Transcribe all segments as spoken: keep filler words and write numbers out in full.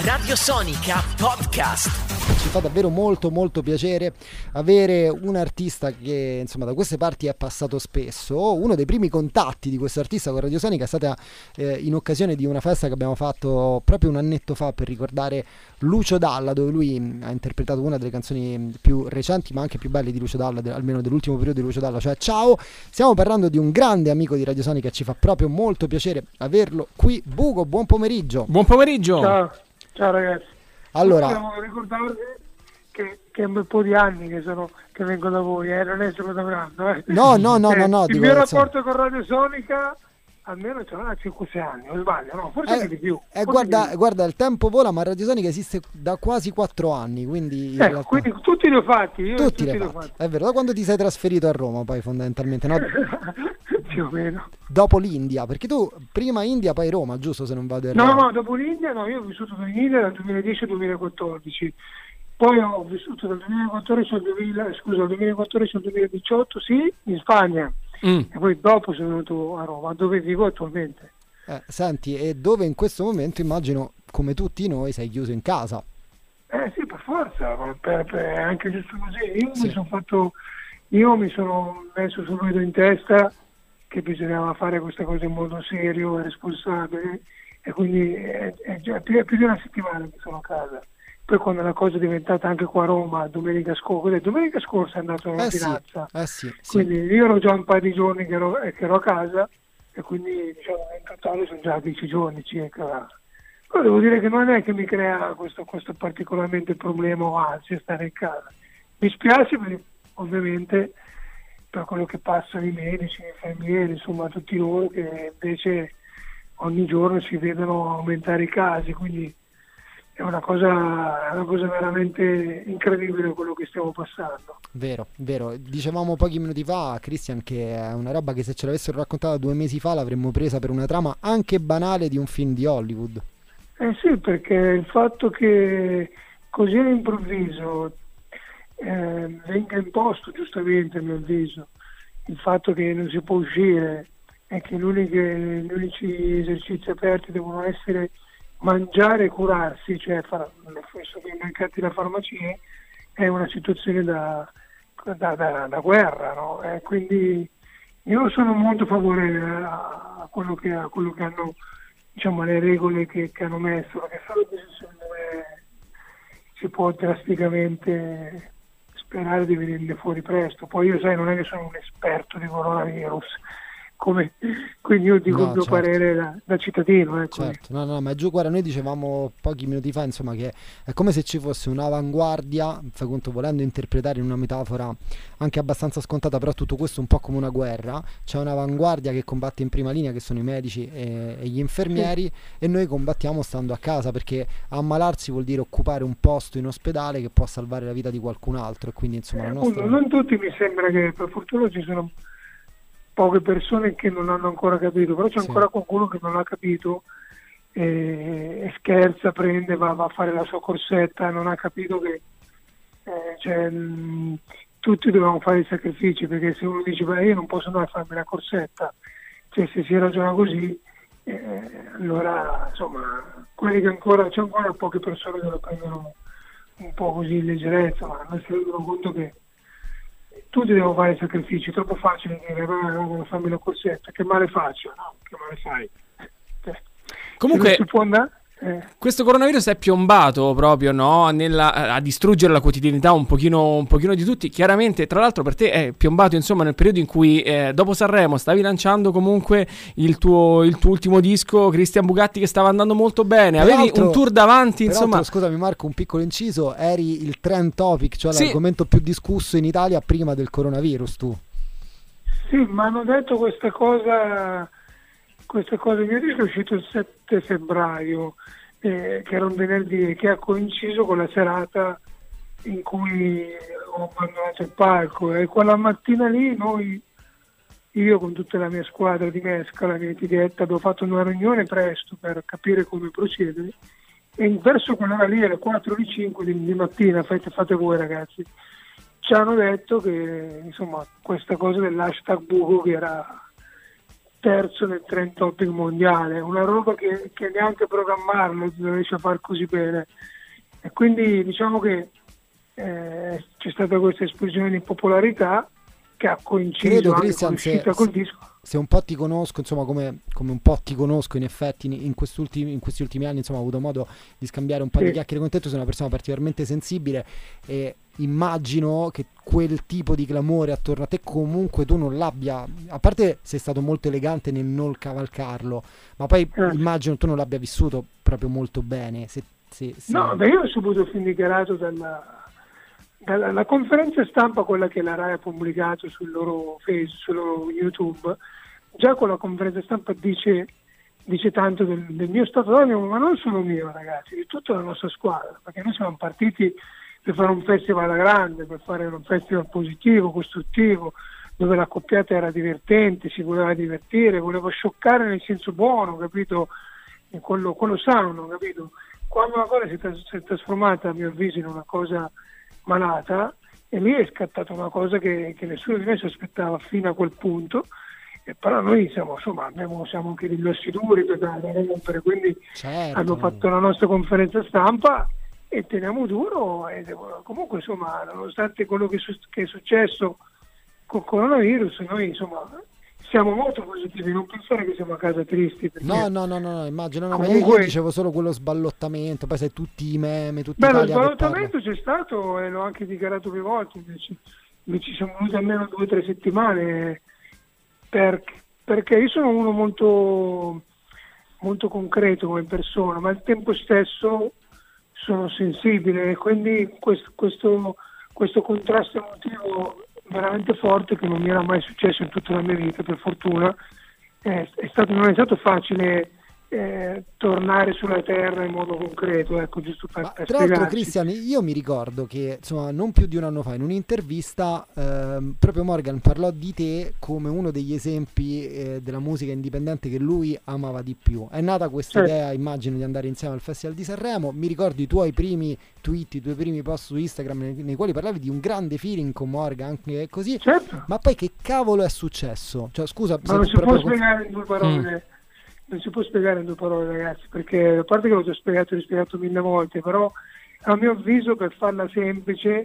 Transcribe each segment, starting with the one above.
Radio Sonica Podcast. Ci fa davvero molto molto piacere avere un artista che insomma da queste parti è passato spesso. Uno dei primi contatti di questo artista con Radio Sonica è stata eh, in occasione di una festa che abbiamo fatto proprio un annetto fa per ricordare Lucio Dalla, dove lui ha interpretato una delle canzoni più recenti ma anche più belle di Lucio Dalla, de- almeno dell'ultimo periodo di Lucio Dalla, cioè Ciao. Stiamo parlando di un grande amico di Radio Sonica e ci fa proprio molto piacere averlo qui. Bugo, buon pomeriggio. Buon pomeriggio. Ciao, ciao ragazzi. Allora, devo ricordarvi che, che è un bel po' di anni che sono che vengo da voi, eh? Non è solo da Brando. Eh? no, no, no, eh, no, no. Il dico, mio insomma, rapporto con Radio Sonica almeno c'è cinque sei anni, non sbaglio, no? Forse eh, anche di più. Eh, Forse guarda, di più. guarda, il tempo vola, ma Radio Sonica esiste da quasi quattro anni, quindi in Ecco, realtà... quindi tutti li ho fatti, io tutti, tutti li li hai ho fatti. fatti. È vero, da quando ti sei trasferito a Roma poi fondamentalmente, no? Più o meno. Dopo l'India, perché tu prima India poi Roma, giusto, se non vado No, errato? no, dopo l'India, no, io ho vissuto in India dal duemiladieci al duemilaquattordici. Poi ho vissuto dal duemilaquattordici al duemila, scusa, dal duemilaquattordici al duemiladiciotto, sì, in Spagna. Mm. E poi dopo sono venuto a Roma, dove vivo attualmente. Eh, senti, e dove in questo momento immagino, come tutti noi, sei chiuso in casa. Eh sì, per forza, per, per, anche giusto così. Io Sì. mi sono fatto, io mi sono messo subito in testa che bisognava fare questa cosa in modo serio e responsabile, e quindi è, è già più, è più di una settimana che sono a casa. Poi quando la cosa è diventata anche qua a Roma, domenica scorsa, domenica scorsa è andato in Eh sì, ordinanza, eh sì, sì. quindi io ero già un paio di giorni che ero, che ero a casa, e quindi diciamo in totale sono già dieci giorni circa. Però devo dire che non è che mi crea questo, questo particolarmente problema o ansia stare in casa. Mi spiace per, ovviamente per quello che passano i medici, i infermieri, insomma tutti loro che invece ogni giorno si vedono aumentare i casi, quindi è una cosa, è una cosa veramente incredibile quello che stiamo passando. Vero, vero. Dicevamo pochi minuti fa, Christian, che è una roba che se ce l'avessero raccontata due mesi fa l'avremmo presa per una trama anche banale di un film di Hollywood. Eh sì, perché il fatto che così all'improvviso eh, venga imposto, giustamente a mio avviso, il fatto che non si può uscire e che l'unico, gli unici esercizi aperti devono essere mangiare e curarsi, cioè far, supermercati da farmacie, è una situazione da, da, da, da guerra, no? E quindi io sono molto favorevole a, a, quello, che, a quello che hanno, diciamo, le regole che, che hanno messo, perché solo così secondo me si può drasticamente sperare di venirne fuori presto. Poi io sai, non è che sono un esperto di coronavirus, come, quindi io dico No, il mio certo. parere da, da cittadino. Ecco. Certo, no, no, ma giù, guarda, noi dicevamo pochi minuti fa, insomma, che è come se ci fosse un'avanguardia, fai conto, volendo interpretare in una metafora anche abbastanza scontata, però tutto questo un po' come una guerra, c'è un'avanguardia che combatte in prima linea, che sono i medici e, e gli infermieri, sì. E noi combattiamo stando a casa, perché ammalarsi vuol dire occupare un posto in ospedale che può salvare la vita di qualcun altro, e quindi insomma Eh, la nostra... Non tutti, mi sembra che per fortuna ci sono poche persone che non hanno ancora capito, però c'è Sì. ancora qualcuno che non ha capito e, e scherza, prende, va, va a fare la sua corsetta, non ha capito che eh, cioè, mh, tutti dobbiamo fare i sacrifici, perché se uno dice beh io non posso andare a farmi la corsetta, cioè se si ragiona così, eh, allora insomma quelli che ancora, c'è ancora poche persone che lo prendono un po' così in leggerezza, ma non si rendono conto che tutti devono fare i sacrifici. È troppo facile dire ma fammi la corsetta, che male faccio? No, che male fai? Eh, Comunque si può andare? Eh. Questo coronavirus è piombato proprio, no? Nella, a distruggere la quotidianità un pochino, un pochino di tutti. Chiaramente, tra l'altro, per te è piombato insomma nel periodo in cui eh, dopo Sanremo stavi lanciando comunque il tuo, il tuo ultimo disco, Cristian Bugatti, che stava andando molto bene. Avevi Peraltro- un tour davanti, insomma. Scusami Marco, un piccolo inciso, eri il trend topic, cioè Sì. l'argomento più discusso in Italia prima del coronavirus, tu. Sì, ma hanno detto questa cosa, questa cosa. Il mio disco è uscito il sette febbraio, eh, che era un venerdì, che ha coinciso con la serata in cui ho abbandonato il palco, e quella mattina lì noi, io con tutta la mia squadra di Mesca, la mia etichetta, abbiamo fatto una riunione presto per capire come procedere, e verso quell'ora lì, alle quattro di cinque di, di mattina, fate, fate voi ragazzi, ci hanno detto che insomma questa cosa dell'hashtag buco, che era terzo nel trend topic mondiale, una roba che, che neanche programmarlo non riesce a far così bene, e quindi diciamo che eh, c'è stata questa esplosione di popolarità che ha coinciso Credo, anche Christian, con l'uscita se, col disco. Se un po' ti conosco, insomma, come, come un po' ti conosco in effetti in, in, quest'ultimi, in questi ultimi anni, insomma, ho avuto modo di scambiare un po' Sì. di chiacchiere con te. Tu sei una persona particolarmente sensibile e immagino che quel tipo di clamore attorno a te comunque tu non l'abbia, a parte sei stato molto elegante nel non cavalcarlo, ma poi Eh. immagino tu non l'abbia vissuto proprio molto bene. Se, se, se... No, beh, io ho subito fin dichiarato dalla, dalla la conferenza stampa, quella che la Rai ha pubblicato sul loro Facebook, sul loro YouTube. Già con la conferenza stampa dice, dice tanto del, del mio stato d'animo, ma non solo mio, ragazzi, di tutta la nostra squadra, perché noi siamo partiti per fare un festival alla grande, per fare un festival positivo, costruttivo, dove la coppiata era divertente, si voleva divertire, voleva scioccare nel senso buono, capito? E quello, quello sano, capito? Quando una cosa si è, tras- si è trasformata, a mio avviso, in una cosa malata, e lì è scattata una cosa che, che nessuno di noi si aspettava fino a quel punto. E però noi siamo, insomma, abbiamo, siamo anche degli ossi duri per da rompere, quindi Certo. hanno fatto la nostra conferenza stampa e teniamo duro, e comunque, insomma, nonostante quello che, su- che è successo con il coronavirus, noi, insomma, siamo molto positivi, non pensare che siamo a casa tristi, perché No, no, no, no, no, immagino, no, ma io, Comunque- io dicevo solo quello sballottamento, poi sai tutti i meme, tutti Beh, lo Italia che parla. sballottamento c'è stato e l'ho anche dichiarato più volte, invece, mi ci sono volute almeno due o tre settimane per- perché io sono uno molto, molto concreto come persona, ma al tempo stesso sono sensibile, e quindi questo, questo, questo contrasto emotivo veramente forte, che non mi era mai successo in tutta la mia vita, per fortuna, è, è stato, non è stato facile eh, tornare sulla terra in modo concreto, ecco, giusto per, Ma per tra l'altro, spiegarci. Cristian, io mi ricordo che insomma non più di un anno fa in un'intervista ehm, proprio Morgan parlò di te come uno degli esempi eh, della musica indipendente che lui amava di più. È nata questa Certo. idea, immagino, di andare insieme al Festival di Sanremo. Mi ricordo i tuoi primi tweet, i tuoi primi post su Instagram nei, nei quali parlavi di un grande feeling con Morgan, anche così. Certo. Ma poi che cavolo è successo? Cioè, scusa, Ma non se si può proprio- spiegare in due parole, non si può spiegare in due parole, ragazzi, perché a parte che l'ho già spiegato e rispiegato mille volte, però a mio avviso, per farla semplice,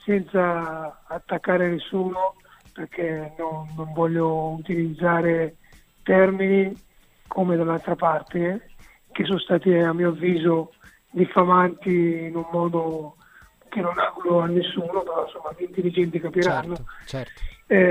senza attaccare nessuno, perché non, non voglio utilizzare termini come dall'altra parte, che sono stati a mio avviso diffamanti in un modo che non auguro a nessuno, però insomma gli intelligenti capiranno. certo, certo.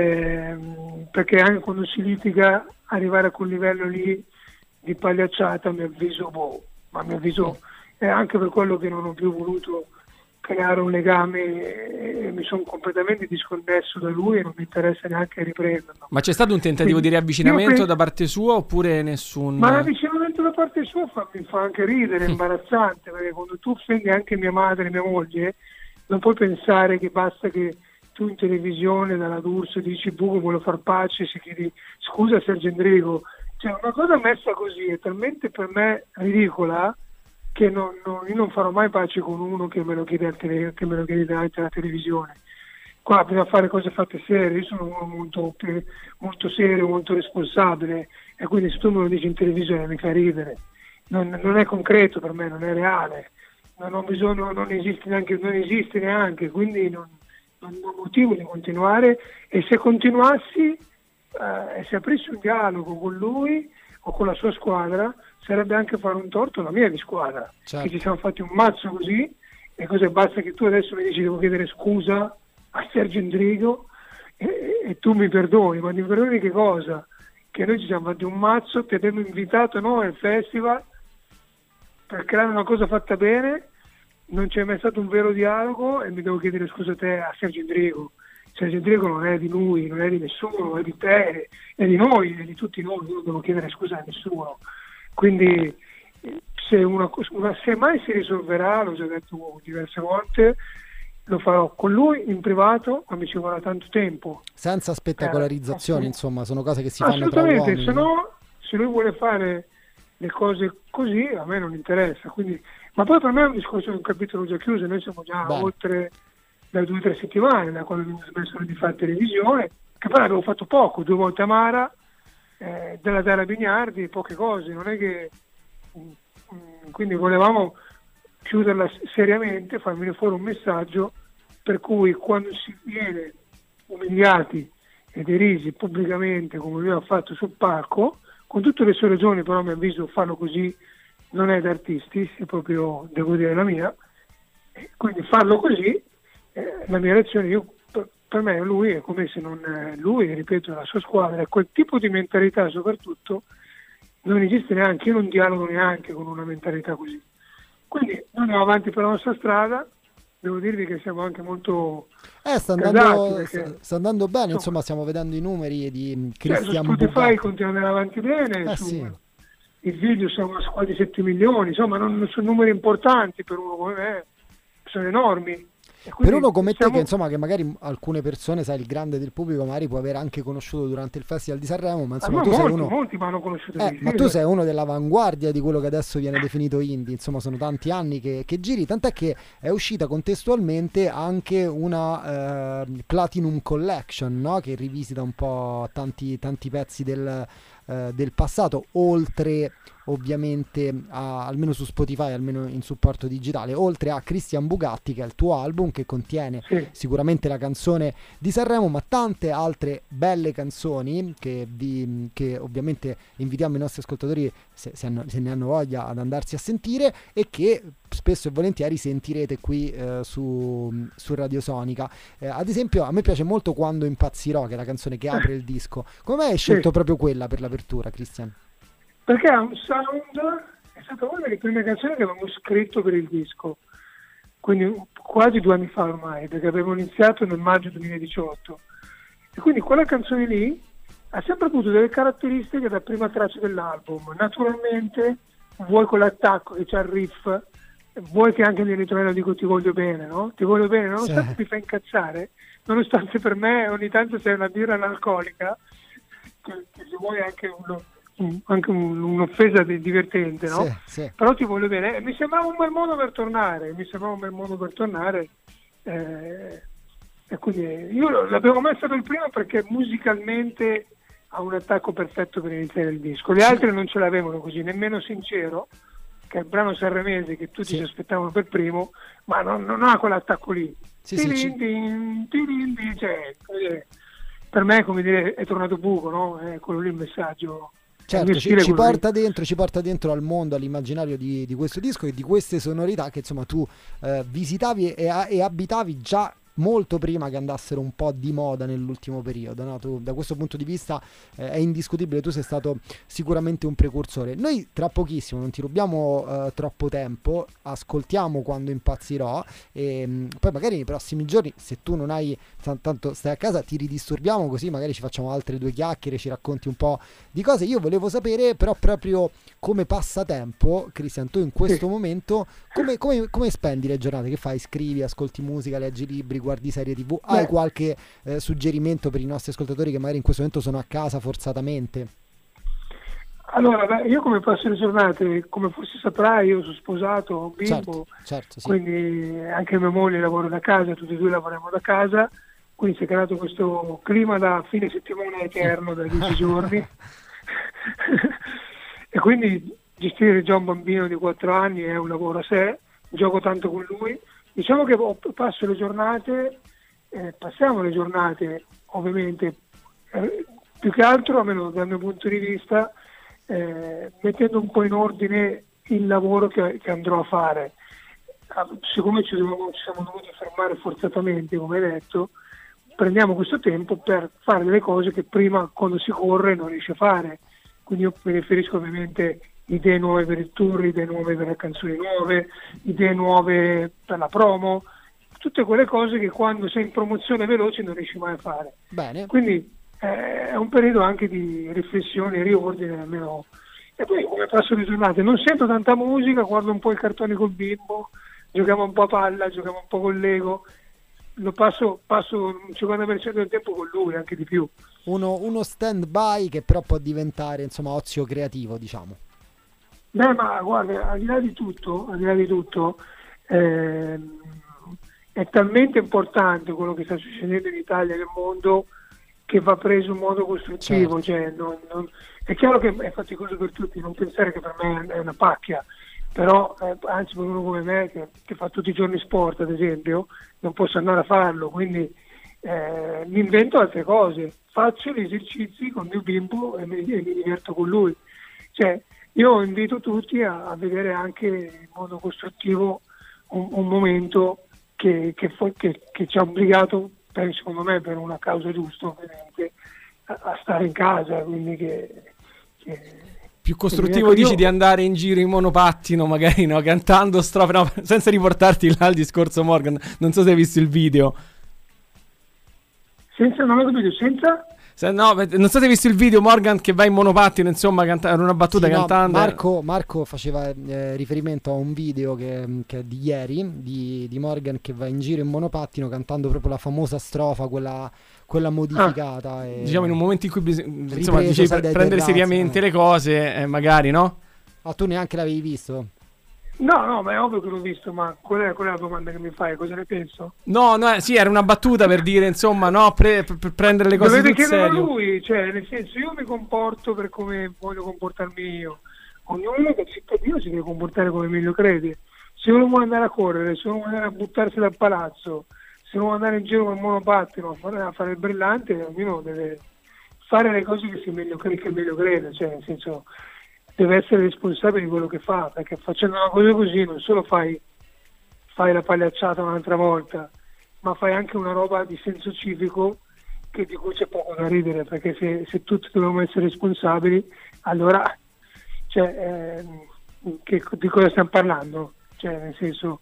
Ehm, perché anche quando si litiga, arrivare a quel livello lì di pagliacciata, a mio avviso, boh, ma a mio avviso è anche per quello che non ho più voluto creare un legame e, e mi sono completamente disconnesso da lui e non mi interessa neanche riprenderlo. Ma c'è stato un tentativo Quindi, di riavvicinamento io penso- da parte sua oppure nessun... Ma l'avvicinamento da parte sua fa, mi fa anche ridere, è imbarazzante, perché quando tu offendi anche mia madre e mia moglie, non puoi pensare che basta che tu in televisione dalla D'Urso dici buco, voglio far pace, si chiedi scusa Sergio Endrigo. Cioè, una cosa messa così è talmente per me ridicola che non, non- io non farò mai pace con uno che me lo chiede, al tele, che me lo chiede davanti alla televisione. Qua bisogna fare cose fatte serie, io sono uno molto, più- molto serio, molto responsabile, e quindi se tu me lo dici in televisione mi fa ridere. Non, non è concreto per me, non è reale, non ho bisogno, non esiste neanche, non esiste neanche, quindi non, non ho motivo di continuare, e se continuassi eh, e se aprissi un dialogo con lui o con la sua squadra, sarebbe anche fare un torto alla mia di squadra, Certo. che ci siamo fatti un mazzo così, e cos'è, basta che tu adesso mi dici devo chiedere scusa a Sergio Endrigo e, e tu mi perdoni, ma mi perdoni che cosa? Che noi ci siamo fatti un mazzo, ti abbiamo invitato noi al festival per creare una cosa fatta bene, non c'è mai stato un vero dialogo e mi devo chiedere scusa a te, a Sergio Endrigo. Sergio Endrigo non è di lui, non è di nessuno, è di te, è di noi, è di tutti noi, io non devo chiedere scusa a nessuno. Quindi eh, se, una, una, se mai si risolverà, l'ho già detto diverse volte, lo farò con lui in privato, ma mi ci vorrà tanto tempo. Senza spettacolarizzazioni, Eh, insomma, sono cose che si fanno tra Assolutamente, uomini. se no, se lui vuole fare le cose così, a me non interessa. Quindi, ma poi per me è un discorso di un capitolo già chiuso, noi siamo già Bene. oltre da due o tre settimane da quando abbiamo smesso di fare televisione, che poi abbiamo fatto poco, due volte a Mara, eh, della Terra Bignardi, poche cose, non è che mh, quindi volevamo chiuderla seriamente, far venire fuori un messaggio per cui quando si viene umiliati e derisi pubblicamente come lui ha fatto sul palco, con tutte le sue ragioni, però a mio avviso farlo così non è da artisti, è proprio, devo dire, la mia, e quindi farlo così, eh, la mia reazione, io, per, per me lui è come se non eh, lui, ripeto, la sua squadra, quel tipo di mentalità soprattutto non esiste neanche, io non dialogo neanche con una mentalità così. Quindi noi andiamo avanti per la nostra strada, devo dirvi che siamo anche molto eh, sta, andando, perché, sta, sta andando bene, insomma, insomma stiamo vedendo i numeri di Christian Bugatti. Cioè, Spotify continua ad andare avanti bene, eh, su, sì. i video sono quasi sette milioni, insomma non sono numeri importanti per uno come me, sono enormi. Per uno come siamo... te, che insomma, che magari alcune persone, sai, il grande del pubblico magari può aver anche conosciuto durante il Festival di Sanremo, ma insomma, ah, tu molti, sei uno. Molti mi hanno conosciuto. Eh, ma tu sei uno dell'avanguardia di quello che adesso viene definito indie, insomma, sono tanti anni che, che giri, tant'è che è uscita contestualmente anche una eh, Platinum Collection, no? Che rivisita un po' tanti, tanti pezzi del, eh, del passato, oltre ovviamente a, almeno su Spotify, almeno in supporto digitale, oltre a Christian Bugatti, che è il tuo album, che contiene sì. sicuramente la canzone di Sanremo, ma tante altre belle canzoni che, vi, che ovviamente invitiamo i nostri ascoltatori, se, se, hanno, se ne hanno voglia, ad andarsi a sentire, e che spesso e volentieri sentirete qui eh, su, su Radio Sonica. Eh, ad esempio, a me piace molto Quando impazzirò, che è la canzone che apre il disco. Come mai hai scelto sì. proprio quella per l'apertura, Christian? Perché ha un sound, è stata una delle prime canzoni che avevamo scritto per il disco, quindi quasi due anni fa ormai, perché avevo iniziato nel maggio duemiladiciotto, e quindi quella canzone lì ha sempre avuto delle caratteristiche da prima traccia dell'album. Naturalmente vuoi con l'attacco che c'ha il riff, vuoi che anche nel ritornello dico ti voglio bene, no? Ti voglio bene, nonostante sì. mi fa incazzare, nonostante per me ogni tanto sei una birra analcolica, che, che se vuoi anche uno anche un, un'offesa divertente, no? Sì, sì. Però ti voglio bene, eh, mi sembrava un bel modo per tornare, mi sembrava un bel modo per tornare, eh, e quindi io l'avevo messo per prima perché musicalmente ha un attacco perfetto per iniziare il disco. Le altre non ce l'avevano così, nemmeno Sincero, che è il brano sanremese che tutti sì. ci aspettavano per primo, ma non, non ha quell'attacco lì. Sì, tirindin, sì, tirindin, cioè, per me, come dire, è tornato buco, no? È quello lì il messaggio. Certo, ci, ci porta dentro, ci porta dentro al mondo, all'immaginario di, di questo disco e di queste sonorità che insomma tu eh, visitavi e, e abitavi già molto prima che andassero un po' di moda nell'ultimo periodo, no? Tu, da questo punto di vista eh, è indiscutibile, tu sei stato sicuramente un precursore. Noi tra pochissimo, non ti rubiamo eh, troppo tempo, ascoltiamo Quando impazzirò e mh, poi magari nei prossimi giorni, se tu non hai t- tanto stai a casa, ti ridisturbiamo, così magari ci facciamo altre due chiacchiere, ci racconti un po' di cose. Io volevo sapere però proprio come passatempo, Christian, tu in questo sì. momento come, come, come spendi le giornate? Che fai? Scrivi, ascolti musica, leggi libri, guardi serie tv? Beh. Hai qualche eh, suggerimento per i nostri ascoltatori che magari in questo momento sono a casa forzatamente? Allora, beh, io come passo le giornate, come forse saprai, io sono sposato, ho un bimbo, certo, certo, sì. quindi anche mia moglie lavora da casa, tutti e due lavoriamo da casa, quindi si è creato questo clima da fine settimana eterno, da dieci giorni, e quindi gestire già un bambino di quattro anni è un lavoro a sé, gioco tanto con lui. Diciamo che passo le giornate, eh, passiamo le giornate ovviamente, eh, più che altro, almeno dal mio punto di vista, eh, mettendo un po' in ordine il lavoro che, che andrò a fare. Ah, siccome ci, dovevamo, ci siamo dovuti fermare forzatamente, come hai detto, prendiamo questo tempo per fare delle cose che prima, quando si corre, non riesce a fare. Quindi io mi riferisco ovviamente idee nuove per il tour, idee nuove per le canzoni nuove, idee nuove per la promo, tutte quelle cose che quando sei in promozione veloce non riesci mai a fare. Bene. Quindi eh, è un periodo anche di riflessione, riordine almeno. E poi come passo le giornate non sento tanta musica, guardo un po' i cartoni col bimbo, giochiamo un po' a palla, giochiamo un po' con Lego, lo passo, passo il cinquanta per cento del tempo con lui, anche di più. Uno, uno stand by che però può diventare insomma ozio creativo, diciamo. Beh, ma guarda, al di là di tutto, al di là di tutto, eh, è talmente importante quello che sta succedendo in Italia e nel mondo che va preso in modo costruttivo, Certo. cioè, non, non, è chiaro che è faticoso per tutti, non pensare che per me è una pacchia, però eh, anzi per uno come me che, che fa tutti i giorni sport ad esempio, non posso andare a farlo, quindi eh, mi invento altre cose, faccio gli esercizi con il mio bimbo e mi, e mi diverto con lui, cioè io invito tutti a, a vedere anche in modo costruttivo un, un momento che, che, fu, che, che ci ha obbligato, per, secondo me per una causa giusta ovviamente, a, a stare in casa, quindi che, che più costruttivo ecco, dici io- di andare in giro in monopattino, magari, no, cantando strofe, no, senza riportarti là al discorso Morgan. Non so se hai visto il video. senza, non ho capito, senza... Se, no, non so se hai visto il video Morgan che va in monopattino, insomma, canta- era una battuta Sì, no, cantando. Marco, Marco faceva eh, riferimento a un video che, che è di ieri di, di Morgan che va in giro in monopattino cantando proprio la famosa strofa, quella, quella modificata. E... Diciamo in un momento in cui bis- insomma, Ripreso, dicevi sai, pre- dai prendere terrazzi, seriamente eh. le cose, eh, magari, no? Ah, tu neanche l'avevi visto? No, no, ma è ovvio che l'ho visto, ma qual è, qual è la domanda che mi fai? Cosa ne penso? No, no, eh, sì, era una battuta per dire, insomma, no, pre- per, per prendere le cose Dovete sul chiedere a serio. lui, cioè nel senso io mi comporto per come voglio comportarmi io, ognuno che è cittadino si deve comportare come meglio crede, se uno vuole andare a correre, se uno vuole andare a buttarsi dal palazzo, se uno vuole andare in giro con il monopattino a fare, a fare il brillante, ognuno deve fare le cose che si meglio crede, che meglio crede, cioè nel senso deve essere responsabile di quello che fa, perché facendo una cosa così non solo fai, fai la pagliacciata un'altra volta, ma fai anche una roba di senso civico che di cui c'è poco da ridere, perché se, se tutti dobbiamo essere responsabili, allora cioè, eh, che, di cosa stiamo parlando? Cioè, nel senso,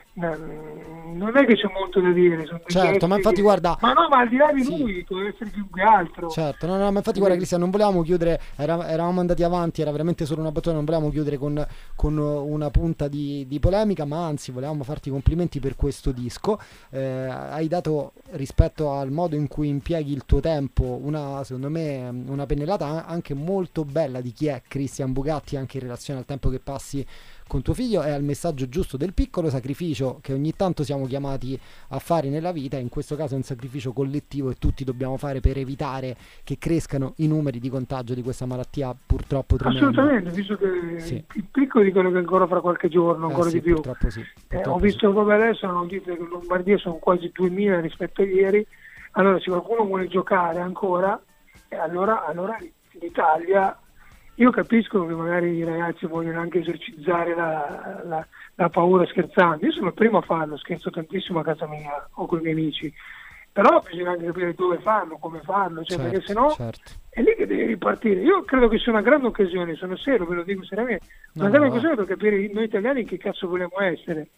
eh, non è che c'è molto da dire. Sono dei Certo, gesti ma infatti che- guarda- Ma no, ma al di là di Sì. lui, deve essere più che altro. Certo, no, no, ma infatti guarda Cristian, non volevamo chiudere, era- eravamo andati avanti, era veramente solo una battuta, non volevamo chiudere con, con una punta di, di polemica, ma anzi volevamo farti i complimenti per questo disco. Eh, hai dato rispetto al modo in cui impieghi il tuo tempo una, secondo me, una pennellata anche molto bella di chi è Cristian Bugatti, anche in relazione al tempo che passi con tuo figlio e al messaggio giusto del piccolo sacrificio che ogni tanto siamo chiamati a fare nella vita, in questo caso è un sacrificio collettivo e tutti dobbiamo fare per evitare che crescano i numeri di contagio di questa malattia purtroppo tremenda. Assolutamente, visto che Sì. il picco dicono che ancora fra qualche giorno, Eh ancora sì, di più. purtroppo sì, Eh, purtroppo ho visto proprio adesso la notizia che in Lombardia sono quasi duemila rispetto a ieri. Allora, se qualcuno vuole giocare ancora, eh, allora, allora l'Italia, io capisco che magari i ragazzi vogliono anche esercizzare la, la, la paura scherzando. Io sono il primo a farlo, scherzo tantissimo a casa mia o con i miei amici. Però bisogna anche capire dove farlo, come farlo, cioè, Certo, perché sennò certo. è lì che devi ripartire. Io credo che sia una grande occasione, sono serio, ve lo dico seriamente, No, una grande no, occasione per capire noi italiani che cazzo vogliamo essere.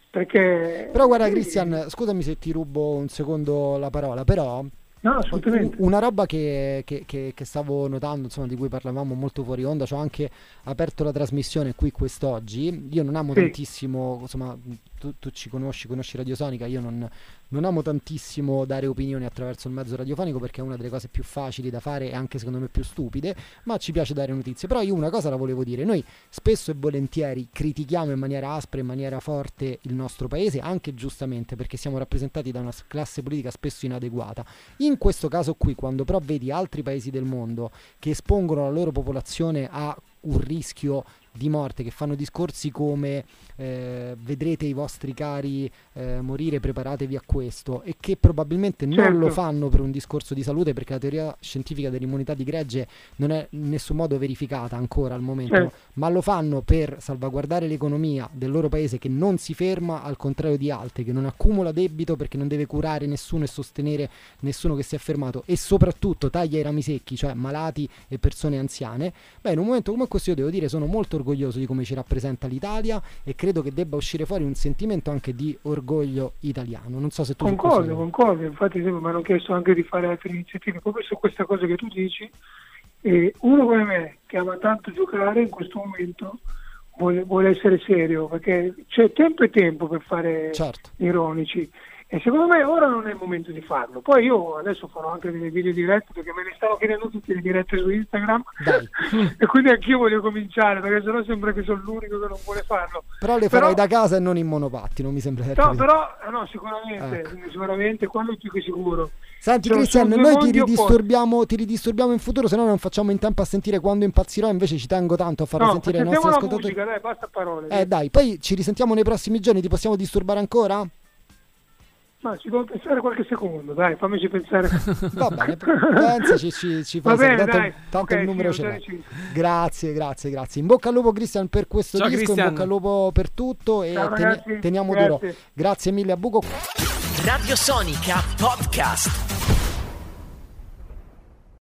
Perché Però guarda Cristian, scusami se ti rubo un secondo la parola, però no, assolutamente. una roba che, che- che- che stavo notando, insomma, di cui parlavamo molto fuori onda, ci ho anche aperto la trasmissione qui quest'oggi. Io non amo Sì. tantissimo, insomma, tu, tu ci conosci, conosci Radiosonica, io non, non amo tantissimo dare opinioni attraverso il mezzo radiofonico perché è una delle cose più facili da fare e anche secondo me più stupide, ma ci piace dare notizie. Però io una cosa la volevo dire, noi spesso e volentieri critichiamo in maniera aspra, in maniera forte il nostro paese, anche giustamente perché siamo rappresentati da una s- classe politica spesso inadeguata. In questo caso qui, quando però vedi altri paesi del mondo che espongono la loro popolazione a un rischio di morte, che fanno discorsi come eh, vedrete i vostri cari eh, morire, preparatevi a questo, e che probabilmente non Certo. lo fanno per un discorso di salute, perché la teoria scientifica dell'immunità di gregge non è in nessun modo verificata ancora al momento, Certo. ma lo fanno per salvaguardare l'economia del loro paese, che non si ferma, al contrario di altri, che non accumula debito perché non deve curare nessuno e sostenere nessuno che si è fermato, e soprattutto taglia i rami secchi, cioè malati e persone anziane. Beh, in un momento come questo io devo dire sono molto orgoglioso di come ci rappresenta l'Italia e credo che debba uscire fuori un sentimento anche di orgoglio italiano. Non so se tu su Concordo, questo- concordo, infatti mi hanno chiesto anche di fare altre iniziative proprio su questa cosa che tu dici, e uno come me che ama tanto giocare in questo momento vuole, vuole essere serio, perché c'è tempo e tempo per fare Certo. ironici, E secondo me ora non è il momento di farlo. Poi io adesso farò anche delle video dirette, perché me ne stanno chiedendo tutte le dirette su Instagram. Dai. E quindi anch'io voglio cominciare, perché sennò sembra che sono l'unico che non vuole farlo. Però le farai però, da casa e non in monopattino, mi sembra. No, però no, sicuramente, ecco. sicuramente, quello è più che sicuro. Senti cioè, Cristian, noi ti ridisturbiamo, ti ridisturbiamo in futuro, se no non facciamo in tempo a sentire quando impazzirò, invece ci tengo tanto a farlo no, sentire ai nostri ascoltatori. Musica, dai, basta parole. Eh dai, poi ci risentiamo nei prossimi giorni, ti possiamo disturbare ancora? Ma ci devo pensare qualche secondo, dai, fammici pensare. Va bene, pensaci, ci, ci fai bene, tanto, dai. tanto okay, il numero sì, ce l'hai. Grazie, grazie, grazie. In bocca al lupo Cristian per questo Ciao, disco, Cristian. in bocca al lupo per tutto e Ciao, ten- teniamo grazie. duro. Grazie mille a Buco. Radio Sonica Podcast.